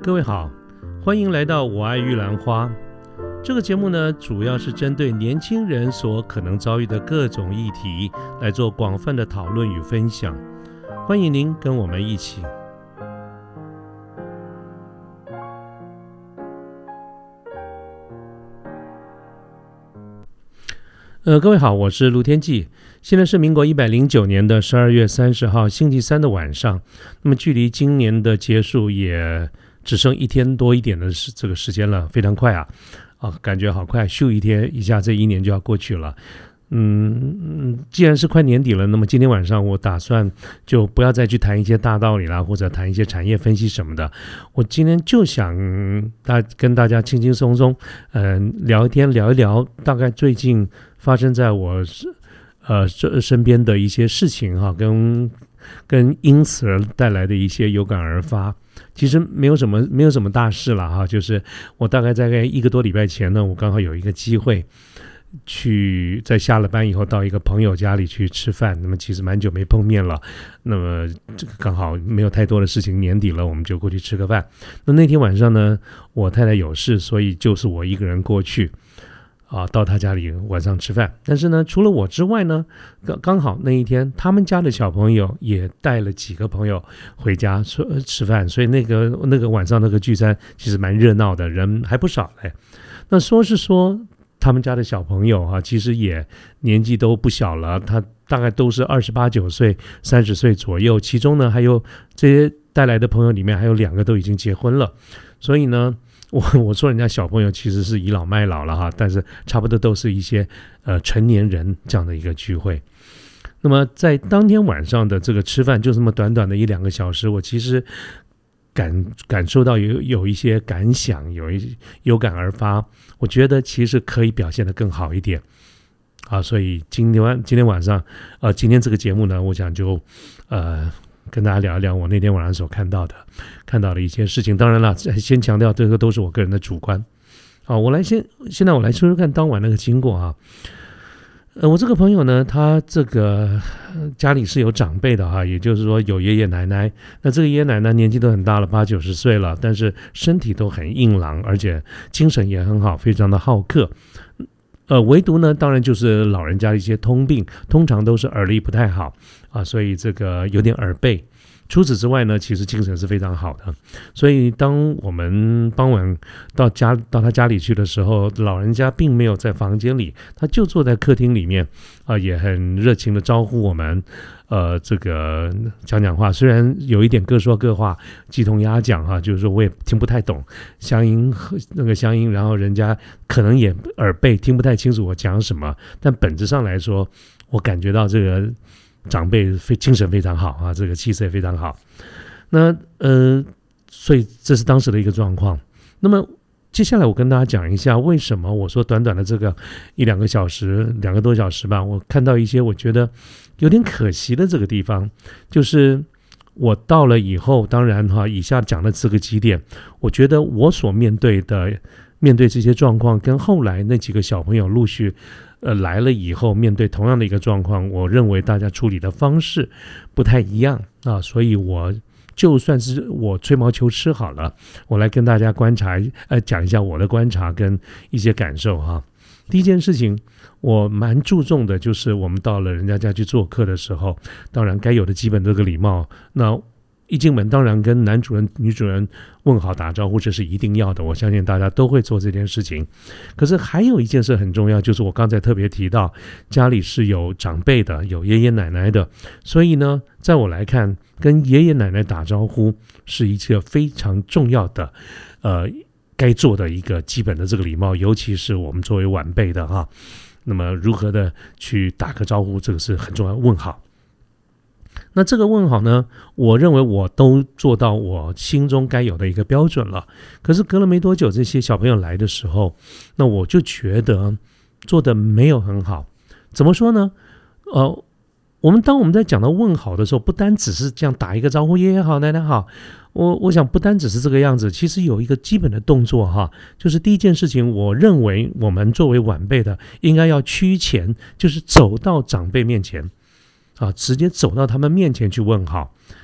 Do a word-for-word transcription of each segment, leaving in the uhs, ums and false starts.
各位好，欢迎来到我爱玉兰花。这个节目呢，主要是针对年轻人所可能遭遇的各种议题来做广泛的讨论与分享。欢迎您跟我们一起。呃，各位好，我是陆天记。现在是民国一百零九年的十二月三十号星期三的晚上。那么距离今年的结束也只剩一天多一点的这个时间了，非常快啊！啊，感觉好快，咻一天一下，这一年就要过去了。嗯，既然是快年底了，那么今天晚上我打算就不要再去谈一些大道理啦，或者谈一些产业分析什么的。我今天就想大跟大家轻轻松松，嗯、呃，聊一天，聊一聊大概最近发生在我呃身边的一些事情哈，跟跟因此而带来的一些有感而发。其实没有什么没有什么大事了哈，就是我大概在一个多礼拜前呢，我刚好有一个机会。去在下了班以后到一个朋友家里去吃饭，那么其实蛮久没碰面了，那么这个刚好没有太多的事情，年底了我们就过去吃个饭。那那天晚上呢，我太太有事，所以就是我一个人过去啊，到她家里晚上吃饭。但是呢，除了我之外呢，刚刚好那一天他们家的小朋友也带了几个朋友回家吃饭，所以那个那个晚上那个聚餐其实蛮热闹的，人还不少嘞。那说是说他们家的小朋友啊，其实也年纪都不小了，他大概都是二十八九岁、三十岁左右。其中呢，还有这些带来的朋友里面，还有两个都已经结婚了。所以呢，我我说人家小朋友其实是倚老卖老了哈，但是差不多都是一些呃成年人这样的一个聚会。那么在当天晚上的这个吃饭，就这么短短的一两个小时，我其实感感受到有有一些感想，有一有感而发。我觉得其实可以表现得更好一点啊，所以今天晚今天晚上，呃，今天这个节目呢，我想就呃跟大家聊一聊我那天晚上所看到的看到的一些事情。当然了，先强调这个都是我个人的主观啊。我来先现在我来说说看当晚那个经过啊。呃，我这个朋友呢，他这个家里是有长辈的哈，也就是说有爷爷奶奶。那这个爷爷奶奶年纪都很大了，八九十岁了，但是身体都很硬朗，而且精神也很好，非常的好客。呃，唯独呢，当然就是老人家的一些通病，通常都是耳力不太好啊，所以这个有点耳背。除此之外呢，其实精神是非常好的。所以当我们傍晚到家到他家里去的时候，老人家并没有在房间里，他就坐在客厅里面啊、呃，也很热情的招呼我们，呃，这个讲讲话。虽然有一点各说各话，鸡同鸭讲哈，就是说我也听不太懂乡音那个乡音，然后人家可能也耳背，听不太清楚我讲什么。但本质上来说，我感觉到这个长辈非精神非常好啊，这个气色也非常好。那呃，所以这是当时的一个状况。那么接下来我跟大家讲一下，为什么我说短短的这个一两个小时、两个多小时吧，我看到一些我觉得有点可惜的这个地方，就是我到了以后，当然哈，以下讲的这个几点，我觉得我所面对的面对这些状况，跟后来那几个小朋友陆续呃来了以后面对同样的一个状况，我认为大家处理的方式不太一样啊，所以我就算是我吹毛求疵好了，我来跟大家观察呃讲一下我的观察跟一些感受哈。第一件事情我蛮注重的就是我们到了人家家去做客的时候，当然该有的基本这个礼貌，那一进门当然跟男主人女主人问好打招呼，这是一定要的，我相信大家都会做这件事情。可是还有一件事很重要，就是我刚才特别提到家里是有长辈的，有爷爷奶奶的，所以呢在我来看，跟爷爷奶奶打招呼是一个非常重要的呃该做的一个基本的这个礼貌，尤其是我们作为晚辈的哈，那么如何的去打个招呼，这个是很重要，问好。那这个问好呢，我认为我都做到我心中该有的一个标准了。可是隔了没多久，这些小朋友来的时候，那我就觉得做的没有很好。怎么说呢？呃，我们当我们在讲到问好的时候，不单只是这样打一个招呼，爷爷好，奶奶好。我我想不单只是这个样子，其实有一个基本的动作哈，就是第一件事情，我认为我们作为晚辈的，应该要趋前，就是走到长辈面前。啊，直接走到他们面前去问好，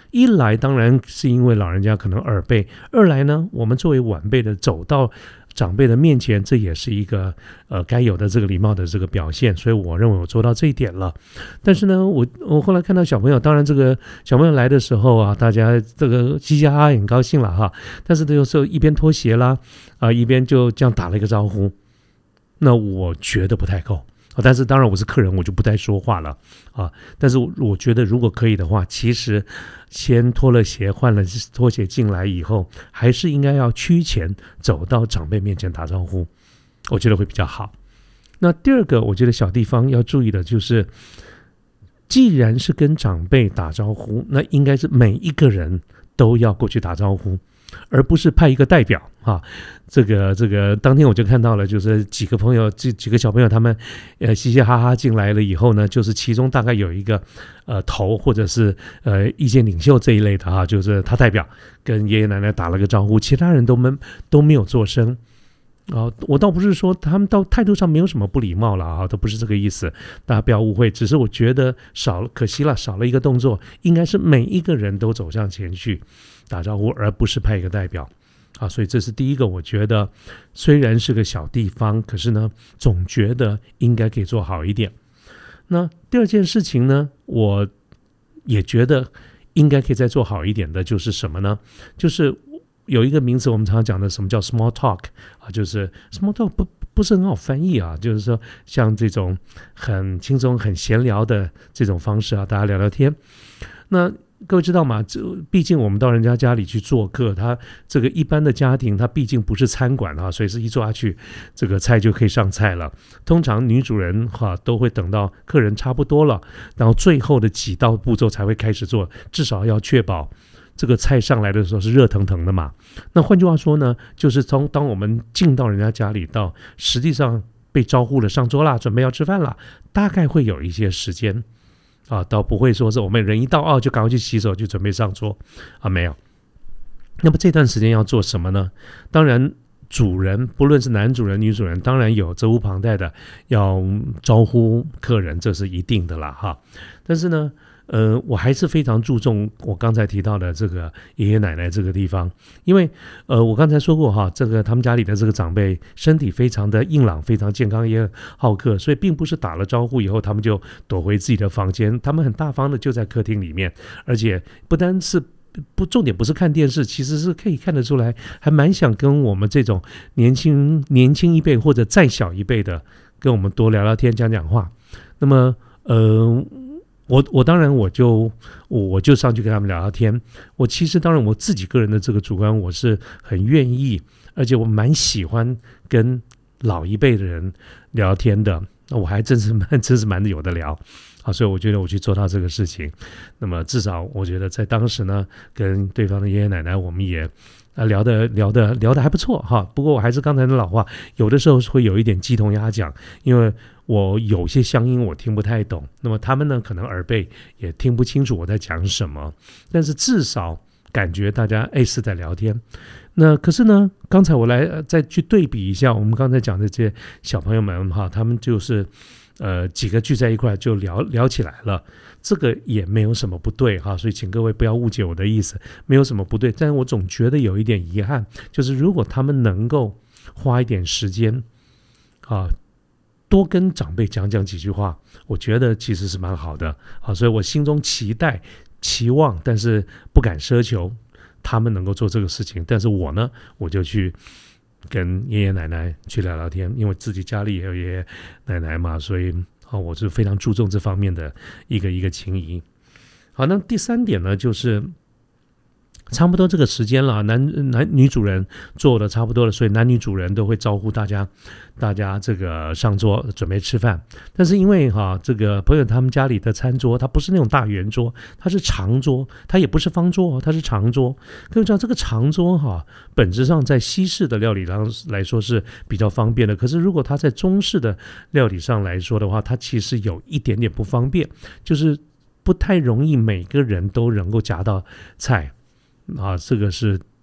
一来当然是因为老人家可能耳背，二来呢，我们作为晚辈的走到长辈的面前，这也是一个呃该有的这个礼貌的这个表现，所以我认为我做到这一点了。但是呢，我我后来看到小朋友，当然这个小朋友来的时候啊，大家这个嘻嘻哈哈很高兴了哈，但是有时候一边脱鞋啦啊、呃，一边就这样打了一个招呼，那我觉得不太够。但是当然我是客人，我就不再说话了啊。但是我觉得如果可以的话，其实先脱了鞋，换了拖鞋进来以后，还是应该要屈前走到长辈面前打招呼，我觉得会比较好。那第二个我觉得小地方要注意的就是，既然是跟长辈打招呼，那应该是每一个人都要过去打招呼，而不是派一个代表啊。这个这个当天我就看到了，就是几个朋友几几个小朋友他们呃嘻嘻哈哈进来了以后呢，就是其中大概有一个呃头或者是呃意见领袖这一类的哈、啊，就是他代表跟爷爷奶奶打了个招呼，其他人都没都没有做声。啊，我倒不是说他们到态度上没有什么不礼貌了啊，都不是这个意思，大家不要误会。只是我觉得少了，可惜了，少了一个动作，应该是每一个人都走上前去打招呼，而不是派一个代表啊。所以这是第一个，我觉得虽然是个小地方，可是呢，总觉得应该可以做好一点。那第二件事情呢，我也觉得应该可以再做好一点的，就是什么呢？就是有一个名词，我们常常讲的什么叫 small talk 啊，就是 small talk 不不是很好翻译啊，就是说像这种很轻松、很闲聊的这种方式啊，大家聊聊天。那各位知道吗？这毕竟我们到人家家里去做客，他这个一般的家庭，他毕竟不是餐馆啊，所以是一坐下去，这个菜就可以上菜了。通常女主人哈、啊、都会等到客人差不多了，然后最后的几道步骤才会开始做，至少要确保这个菜上来的时候是热腾腾的嘛。那换句话说呢，就是从当我们进到人家家里到实际上被招呼了上桌啦，准备要吃饭啦，大概会有一些时间啊，倒不会说是我们人一到哦就赶快去洗手就准备上桌啊，没有。那么这段时间要做什么呢？当然主人不论是男主人女主人，当然有责无旁贷的要招呼客人，这是一定的啦哈。但是呢呃，我还是非常注重我刚才提到的这个爷爷奶奶这个地方，因为呃，我刚才说过哈，这个他们家里的这个长辈身体非常的硬朗，非常健康，也很好客，所以并不是打了招呼以后他们就躲回自己的房间，他们很大方的就在客厅里面，而且不单是不重点不是看电视，其实是可以看得出来，还蛮想跟我们这种年轻年轻一辈或者再小一辈的，跟我们多聊聊天，讲讲话。那么呃。我我当然我就我就上去跟他们聊聊天。我其实当然我自己个人的这个主观，我是很愿意，而且我蛮喜欢跟老一辈的人聊天的。那我还真是蛮真是蛮有的聊啊，所以我觉得我去做到这个事情。那么至少我觉得在当时呢，跟对方的爷爷奶奶，我们也啊聊的聊的聊的还不错哈。不过我还是刚才的老话，有的时候会有一点鸡同鸭讲，因为我有些乡音我听不太懂，那么他们呢可能耳背也听不清楚我在讲什么，但是至少感觉大家哎是在聊天。那可是呢，刚才我来、呃、再去对比一下，我们刚才讲的这些小朋友们哈，他们就是呃几个聚在一块就聊聊起来了，这个也没有什么不对哈，所以请各位不要误解我的意思，没有什么不对，但是我总觉得有一点遗憾，就是如果他们能够花一点时间啊。多跟长辈讲讲几句话，我觉得其实是蛮好的啊，所以我心中期待、期望，但是不敢奢求他们能够做这个事情。但是我呢，我就去跟爷爷奶奶去聊聊天，因为自己家里也有爷爷奶奶嘛，所以啊，我是非常注重这方面的一个一个情谊。好，那第三点呢，就是差不多这个时间了，男男女主人做的差不多了，所以男女主人都会招呼大家，大家这个上桌准备吃饭。但是因为哈、啊，这个朋友他们家里的餐桌，它不是那种大圆桌，它是长桌，它也不是方桌，它是长桌。各位知道这个长桌哈、啊，本质上在西式的料理上来说是比较方便的，可是如果它在中式的料理上来说的话，它其实有一点点不方便，就是不太容易每个人都能够夹到菜。啊，这个是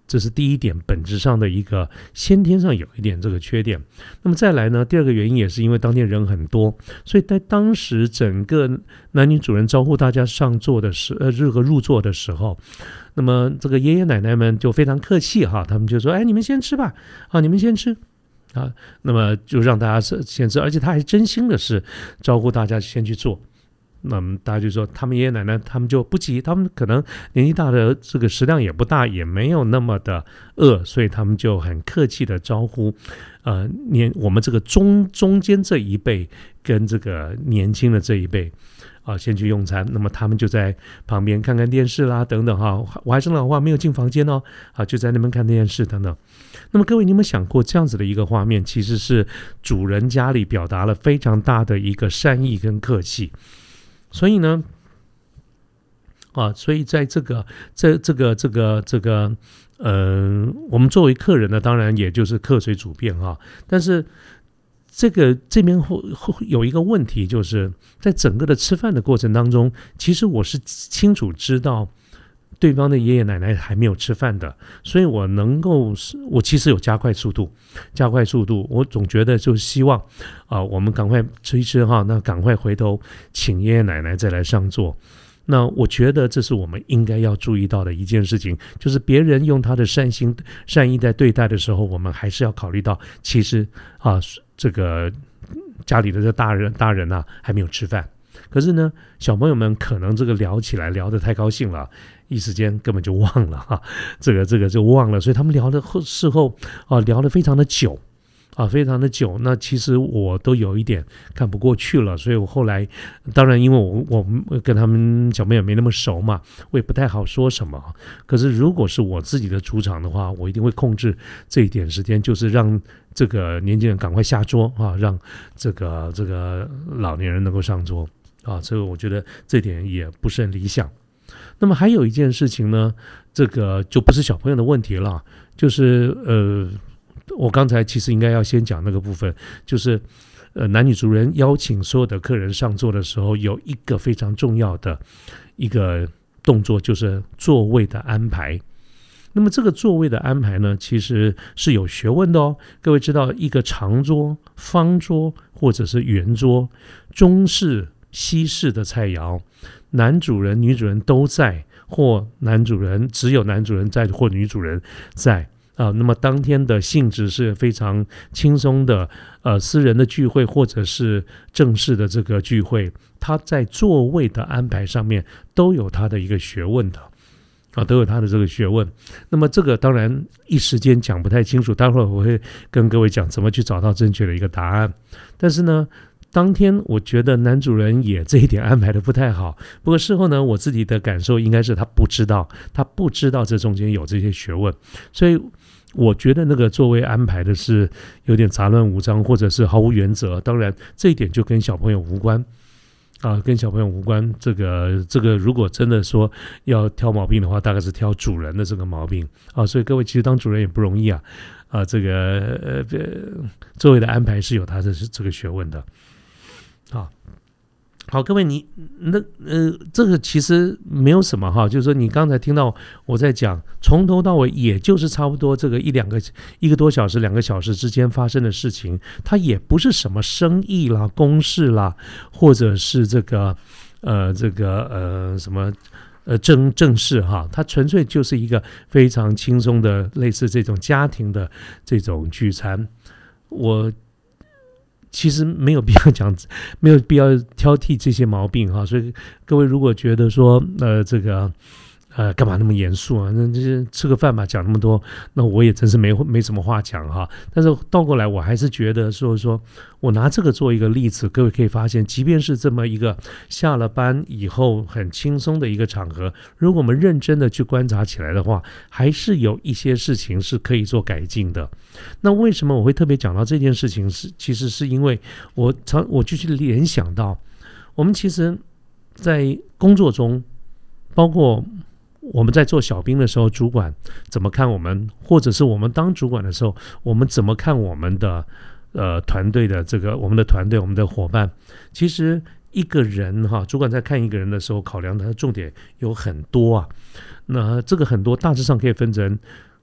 这是第一点，本质上的一个先天上有一点这个缺点。那么再来呢，第二个原因也是因为当天人很多，所以在当时整个男女主人招呼大家上座的时呃这个入座的时候，那么这个爷爷奶奶们就非常客气哈，他们就说：“哎，你们先吃吧，啊，你们先吃。”啊，那么就让大家先吃，而且他还真心的是招呼大家先去做。那么大家就说，他们爷爷奶奶他们就不急，他们可能年纪大的这个食量也不大，也没有那么的饿，所以他们就很客气的招呼，呃，年我们这个中中间这一辈跟这个年轻的这一辈。啊，先去用餐，那么他们就在旁边看看电视啦，等等哈。我还是老话，没有进房间哦，啊，就在那边看电视等等。那么各位，你有没有想过这样子的一个画面，其实是主人家里表达了非常大的一个善意跟客气。所以呢，啊，所以在这个这这个这个这个，嗯、呃，我们作为客人呢，当然也就是客随主便哈，但是。这个这边有一个问题，就是在整个的吃饭的过程当中，其实我是清楚知道对方的爷爷奶奶还没有吃饭的，所以我能够，我其实有加快速度，加快速度，我总觉得就是希望啊、呃，我们赶快吃一吃哈，那赶快回头请爷爷奶奶再来上座。那我觉得这是我们应该要注意到的一件事情，就是别人用他的善心善意在对待的时候，我们还是要考虑到，其实啊，这个家里的这大人大人啊还没有吃饭，可是呢，小朋友们可能这个聊起来聊得太高兴了，一时间根本就忘了哈，这个这个就忘了，所以他们聊的事后啊聊得非常的久。啊，非常的久，那其实我都有一点看不过去了，所以我后来，当然因为我我跟他们小朋友没那么熟嘛，我也不太好说什么。可是如果是我自己的主场的话，我一定会控制这一点时间，就是让这个年轻人赶快下桌啊，让这个这个老年人能够上桌啊，这个我觉得这点也不是很理想。那么还有一件事情呢，这个就不是小朋友的问题了，就是呃。我刚才其实应该要先讲那个部分，就是呃男女主人邀请所有的客人上座的时候，有一个非常重要的一个动作，就是座位的安排。那么这个座位的安排呢，其实是有学问的哦。各位知道，一个长桌、方桌或者是圆桌，中式、西式的菜肴，男主人、女主人都在，或男主人只有男主人在，或女主人在。啊，那么当天的性质是非常轻松的，呃，私人的聚会或者是正式的这个聚会，他在座位的安排上面都有他的一个学问的，啊，都有他的这个学问。那么这个当然一时间讲不太清楚，待会儿我会跟各位讲怎么去找到正确的一个答案。但是呢，当天我觉得男主人也这一点安排的不太好，不过事后呢，我自己的感受应该是他不知道，他不知道这中间有这些学问，所以我觉得那个座位安排的是有点杂乱无章，或者是毫无原则。当然这一点就跟小朋友无关啊，跟小朋友无关。这个这个如果真的说要挑毛病的话，大概是挑主人的这个毛病啊。所以各位其实当主人也不容易啊啊，这个呃座位的安排是有他的这个学问的。好，好，各位你那呃，这个其实没有什么哈，就是说你刚才听到我在讲，从头到尾也就是差不多这个一两个一个多小时、两个小时之间发生的事情，它也不是什么生意啦、公事啦，或者是这个呃这个呃什么呃正正事哈，它纯粹就是一个非常轻松的类似这种家庭的这种聚餐，我。其实没有必要讲，没有必要挑剔这些毛病哈，所以各位如果觉得说，呃，这个，呃，干嘛那么严肃啊？那就是吃个饭嘛，讲那么多，那我也真是没没什么话讲哈。但是倒过来，我还是觉得说说，我拿这个做一个例子，各位可以发现，即便是这么一个下了班以后很轻松的一个场合，如果我们认真的去观察起来的话，还是有一些事情是可以做改进的。那为什么我会特别讲到这件事情？是其实是因为我常我就去联想到，我们其实在工作中，包括我们在做小兵的时候，主管怎么看我们，或者是我们当主管的时候，我们怎么看我们的呃团队的这个我们的团队我们的伙伴。其实一个人哈，主管在看一个人的时候，考量他的重点有很多啊。那这个很多大致上可以分成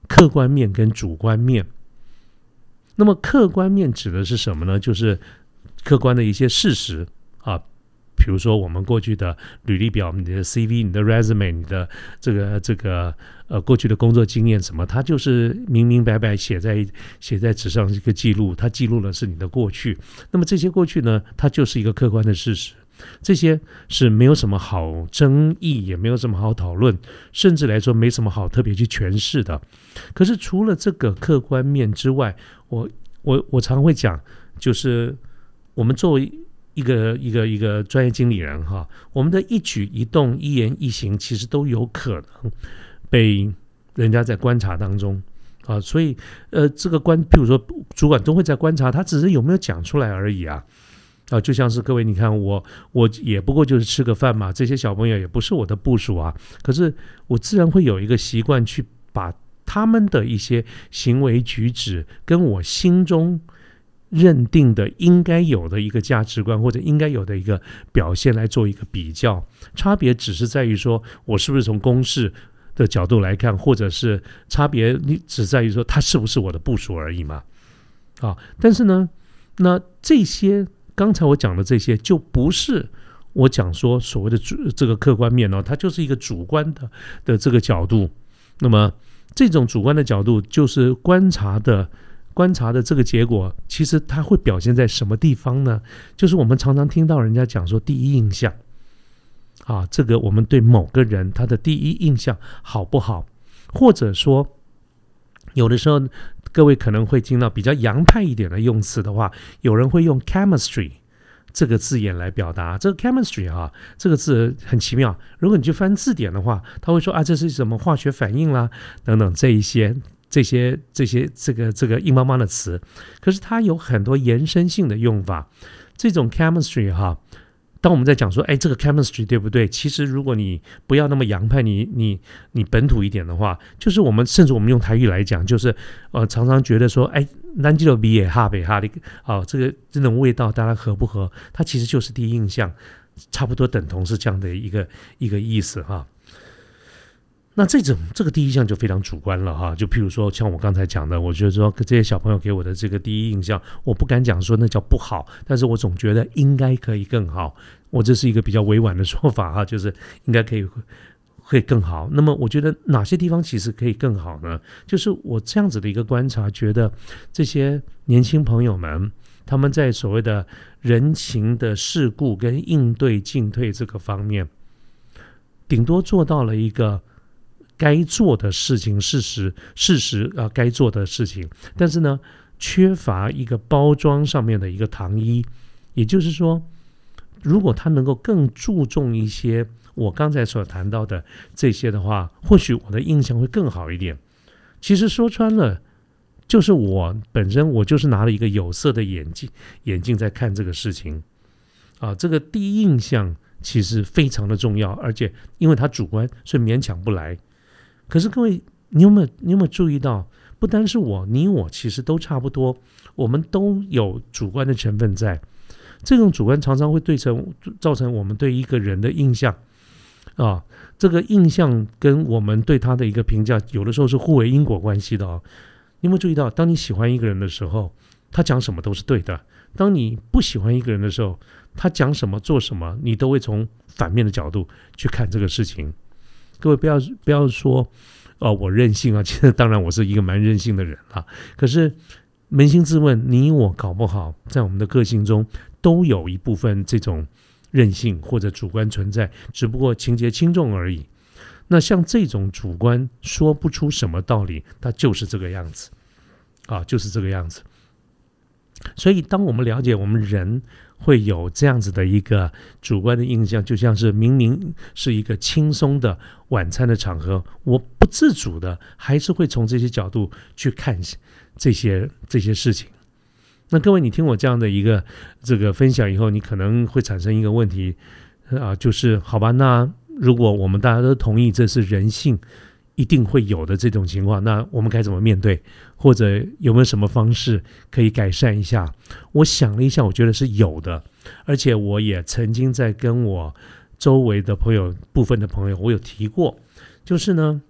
客观面跟主观面。那么客观面指的是什么呢？就是客观的一些事实啊，比如说我们过去的履历表、你的 C V、你的 resume、你的这个这个呃过去的工作经验什么，它就是明明白白写在写在纸上一个记录，它记录的是你的过去。那么这些过去呢，它就是一个客观的事实，这些是没有什么好争议，也没有什么好讨论，甚至来说没什么好特别去诠释的。可是除了这个客观面之外，我我我常会讲，就是我们作为一个一个一个专业经理人哈，我们的一举一动、一言一行，其实都有可能被人家在观察当中啊。所以呃，这个观，譬如说主管都会在观察，他只是有没有讲出来而已啊。啊，就像是各位，你看我，我也不过就是吃个饭嘛，这些小朋友也不是我的部属啊，可是我自然会有一个习惯去把他们的一些行为举止跟我心中认定的应该有的一个价值观或者应该有的一个表现来做一个比较，差别只是在于说我是不是从公事的角度来看，或者是差别只在于说他是不是我的部属而已嘛。啊，但是呢，那这些刚才我讲的这些就不是我讲说所谓的这个客观面哦，它就是一个主观的的这个角度。那么这种主观的角度就是观察的观察的这个结果，其实它会表现在什么地方呢？就是我们常常听到人家讲说第一印象啊，这个我们对某个人他的第一印象好不好，或者说有的时候各位可能会听到比较洋派一点的用词的话，有人会用 chemistry 这个字眼来表达。这个 chemistry 啊，这个字很奇妙，如果你去翻字典的话，他会说啊，这是什么化学反应啦等等这一些这些这些这个这个硬邦邦的词，可是它有很多延伸性的用法。这种 chemistry 哈，当我们在讲说，哎，这个 chemistry 对不对？其实如果你不要那么洋派，你你你本土一点的话，就是我们甚至我们用台语来讲，就是呃常常觉得说，哎，南极的比也哈北哈的，哦，这个这种味道大家合不合？它其实就是第一印象，差不多等同是这样的一个一个意思哈。那这种这个第一印象就非常主观了哈，就譬如说像我刚才讲的，我觉得说这些小朋友给我的这个第一印象，我不敢讲说那叫不好，但是我总觉得应该可以更好。我这是一个比较委婉的说法哈，就是应该可以会更好。那么我觉得哪些地方其实可以更好呢？就是我这样子的一个观察，觉得这些年轻朋友们他们在所谓的人情的世故跟应对进退这个方面，顶多做到了一个该做的事情，事实事实啊，该做的事情，但是呢，缺乏一个包装上面的一个糖衣。也就是说，如果他能够更注重一些我刚才所谈到的这些的话，或许我的印象会更好一点。其实说穿了，就是我本身我就是拿了一个有色的眼镜眼镜在看这个事情啊，这个第一印象其实非常的重要，而且因为它主观，所以勉强不来。可是各位，你有没有你有没有注意到，不单是我，你我其实都差不多，我们都有主观的成分在。这种主观常常会对成造成我们对一个人的印象啊，这个印象跟我们对他的一个评价，有的时候是互为因果关系的哦。你有没有注意到，当你喜欢一个人的时候，他讲什么都是对的；当你不喜欢一个人的时候，他讲什么做什么，你都会从反面的角度去看这个事情。各位不要不要说，哦，我任性啊！其实当然我是一个蛮任性的人啊。可是扪心自问，你我搞不好在我们的个性中都有一部分这种任性或者主观存在，只不过情节轻重而已。那像这种主观说不出什么道理，它就是这个样子啊，就是这个样子。所以当我们了解我们人会有这样子的一个主观的印象，就像是明明是一个轻松的晚餐的场合，我不自主的还是会从这些角度去看这些这些事情。那各位，你听我这样的一个这个分享以后，你可能会产生一个问题啊，就是好吧，那如果我们大家都同意这是人性一定会有的这种情况，那我们该怎么面对，或者有没有什么方式可以改善一下？我想了一下，我觉得是有的，而且我也曾经在跟我周围的朋友部分的朋友我有提过，就是呢，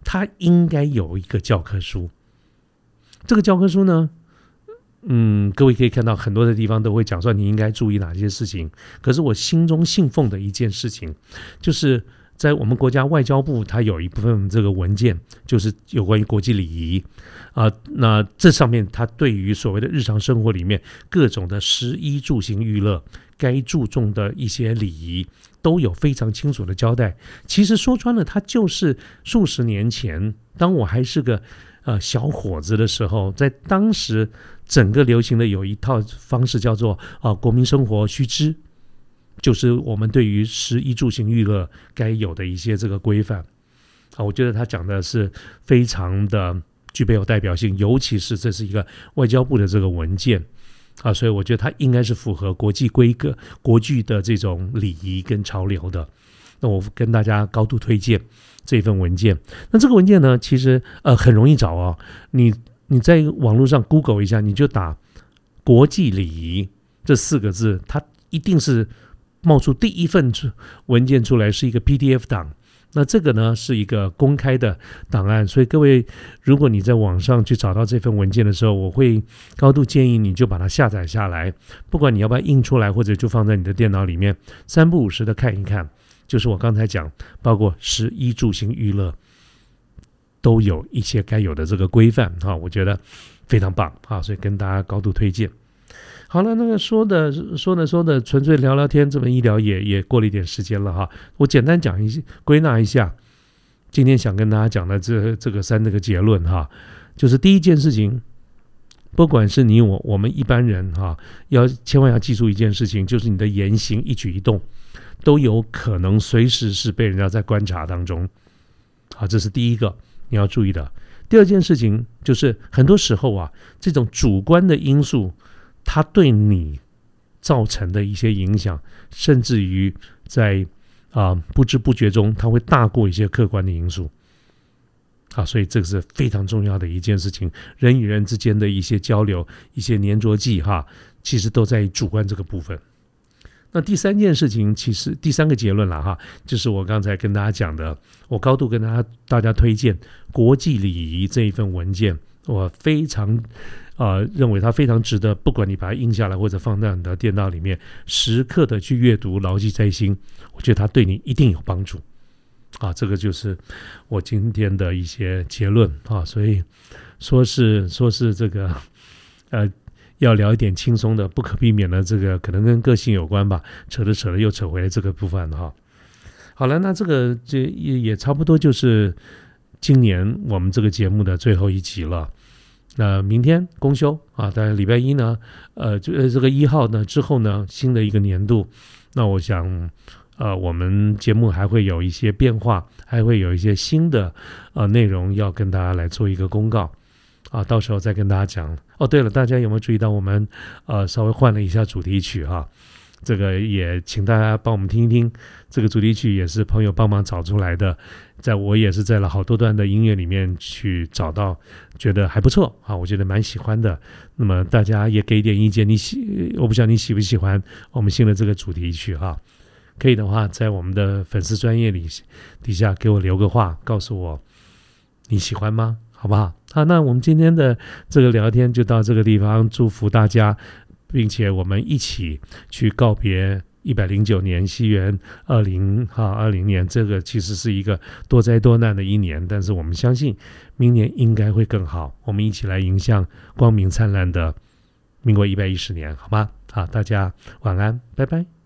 它应该有一个教科书。这个教科书呢，嗯，各位可以看到很多的地方都会讲说你应该注意哪些事情。可是我心中信奉的一件事情，就是在我们国家外交部，它有一部分这个文件，就是有关于国际礼仪啊、呃。那这上面它对于所谓的日常生活里面各种的食衣住行娱乐该注重的一些礼仪，都有非常清楚的交代。其实说穿了，它就是数十年前，当我还是个呃小伙子的时候，在当时整个流行的有一套方式叫做啊、呃、国民生活须知，就是我们对于食衣住行娱乐该有的一些这个规范啊。我觉得他讲的是非常的具备有代表性，尤其是这是一个外交部的这个文件啊，所以我觉得它应该是符合国际规格、国际的这种礼仪跟潮流的。那我跟大家高度推荐这份文件。那这个文件呢，其实呃很容易找哦。你你在网络上 Google 一下，你就打国际礼仪这四个字，它一定是冒出第一份文件出来，是一个 P D F 档。那这个呢是一个公开的档案，所以各位如果你在网上去找到这份文件的时候，我会高度建议你就把它下载下来，不管你要不要印出来，或者就放在你的电脑里面，三不五时的看一看。就是我刚才讲，包括食衣住行娱乐都有一些该有的这个规范哈，我觉得非常棒啊，所以跟大家高度推荐。好了，那个说的说的说的，纯粹聊聊天，这么一聊也也过了一点时间了哈。我简单讲一些，归纳一下，今天想跟大家讲的这这个三这个结论哈，就是第一件事情，不管是你我我们一般人哈，要千万要记住一件事情，就是你的言行一举一动都有可能随时是被人家在观察当中。好，这是第一个你要注意的。第二件事情就是很多时候啊，这种主观的因素，它对你造成的一些影响，甚至于在啊、呃、不知不觉中，它会大过一些客观的因素。啊，所以这个是非常重要的一件事情。人与人之间的一些交流、一些粘着剂哈，其实都在主观这个部分。那第三件事情，其实第三个结论了哈，就是我刚才跟大家讲的，我高度跟大家大家推荐国际礼仪这一份文件，我非常呃认为它非常值得，不管你把它印下来或者放在你的电脑里面，时刻的去阅读，牢记在心。我觉得它对你一定有帮助啊，这个就是我今天的一些结论啊。所以说是说是这个呃。要聊一点轻松的，不可避免的，这个可能跟个性有关吧，扯着扯着又扯回来这个部分哈。好了，那这个这也也差不多就是今年我们这个节目的最后一集了。那明天公休啊，当然礼拜一呢，呃，就这个一号呢之后呢，新的一个年度，那我想呃，我们节目还会有一些变化，还会有一些新的呃内容要跟大家来做一个公告。啊，到时候再跟大家讲。哦，对了，大家有没有注意到我们呃稍微换了一下主题曲哈？这个也请大家帮我们听一听。这个主题曲也是朋友帮忙找出来的，在我也是在了好多段的音乐里面去找到，觉得还不错啊，我觉得蛮喜欢的。那么大家也给一点意见，你喜我不晓得你喜不喜欢我们新的这个主题曲哈？可以的话，在我们的粉丝专页里底下给我留个话，告诉我你喜欢吗？好不好？好，那我们今天的这个聊天就到这个地方，祝福大家，并且我们一起去告别一百零九年西元二零哈二零年，这个其实是一个多灾多难的一年，但是我们相信明年应该会更好，我们一起来迎向光明灿烂的民国一百一十年，好吗？好，大家晚安，拜拜。